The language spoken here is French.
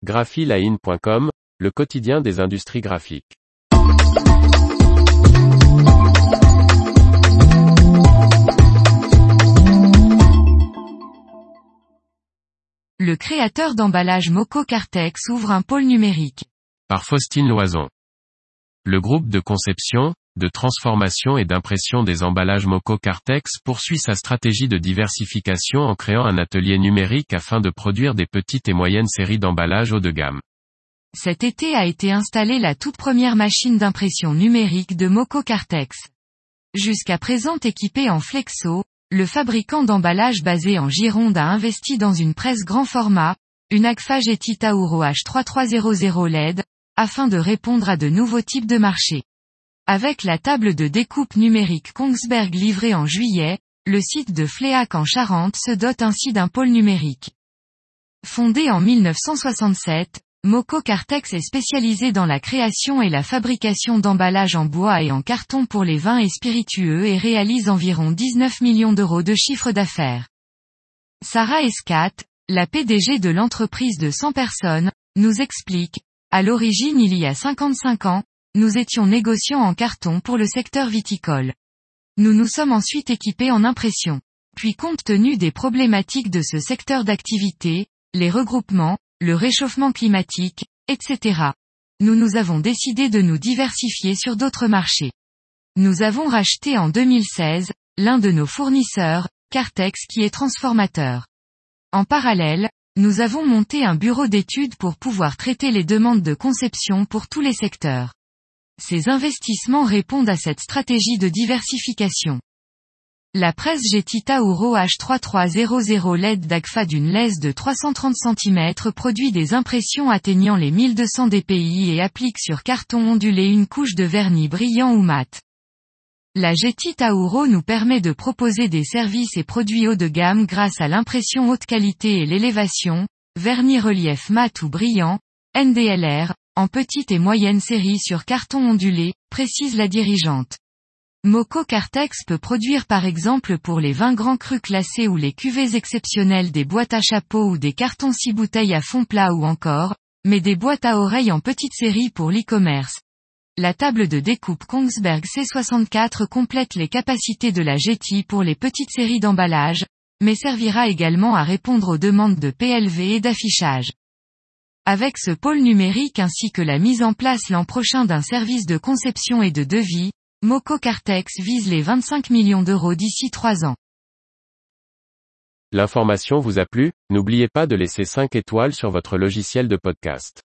graphiline.com, le quotidien des industries graphiques. Le créateur d'emballage Moko Cartex ouvre un pôle numérique. Par Faustine Loison. Le groupe de conception, de transformation et d'impression des emballages Moko Cartex poursuit sa stratégie de diversification en créant un atelier numérique afin de produire des petites et moyennes séries d'emballages haut de gamme. Cet été a été installée la toute première machine d'impression numérique de Moko Cartex. Jusqu'à présent équipée en Flexo, le fabricant d'emballage basé en Gironde a investi dans une presse grand format, une Agfa Getty Tauro H3300 LED, afin de répondre à de nouveaux types de marchés. Avec la table de découpe numérique Kongsberg livrée en juillet, le site de Fléac en Charente se dote ainsi d'un pôle numérique. Fondé en 1967, Moko Cartex est spécialisé dans la création et la fabrication d'emballages en bois et en carton pour les vins et spiritueux et réalise environ 19 millions d'euros de chiffre d'affaires. Sarah Escat, la PDG de l'entreprise de 100 personnes, nous explique: à l'origine il y a 55 ans, nous étions négociants en carton pour le secteur viticole. Nous nous sommes ensuite équipés en impression. Puis compte tenu des problématiques de ce secteur d'activité, les regroupements, le réchauffement climatique, etc. Nous avons décidé de nous diversifier sur d'autres marchés. Nous avons racheté en 2016, l'un de nos fournisseurs, Cartex qui est transformateur. En parallèle, nous avons monté un bureau d'études pour pouvoir traiter les demandes de conception pour tous les secteurs. Ces investissements répondent à cette stratégie de diversification. La presse Getty Tauro H3300 LED d'Agfa d'une lèse de 330 cm produit des impressions atteignant les 1200 dpi et applique sur carton ondulé une couche de vernis brillant ou mat. La Getty Tauro nous permet de proposer des services et produits haut de gamme grâce à l'impression haute qualité et l'élévation, vernis relief mat ou brillant, NDLR, en petite et moyenne série sur carton ondulé, précise la dirigeante. Moko Cartex peut produire par exemple pour les vins grands crus classés ou les cuvées exceptionnelles des boîtes à chapeau ou des cartons 6 bouteilles à fond plat ou encore, mais des boîtes à oreilles en petite série pour l'e-commerce. La table de découpe Kongsberg C64 complète les capacités de la Getty pour les petites séries d'emballage, mais servira également à répondre aux demandes de PLV et d'affichage. Avec ce pôle numérique ainsi que la mise en place l'an prochain d'un service de conception et de devis, Moko Cartex vise les 25 millions d'euros d'ici 3 ans. L'information vous a plu? N'oubliez pas de laisser 5 étoiles sur votre logiciel de podcast.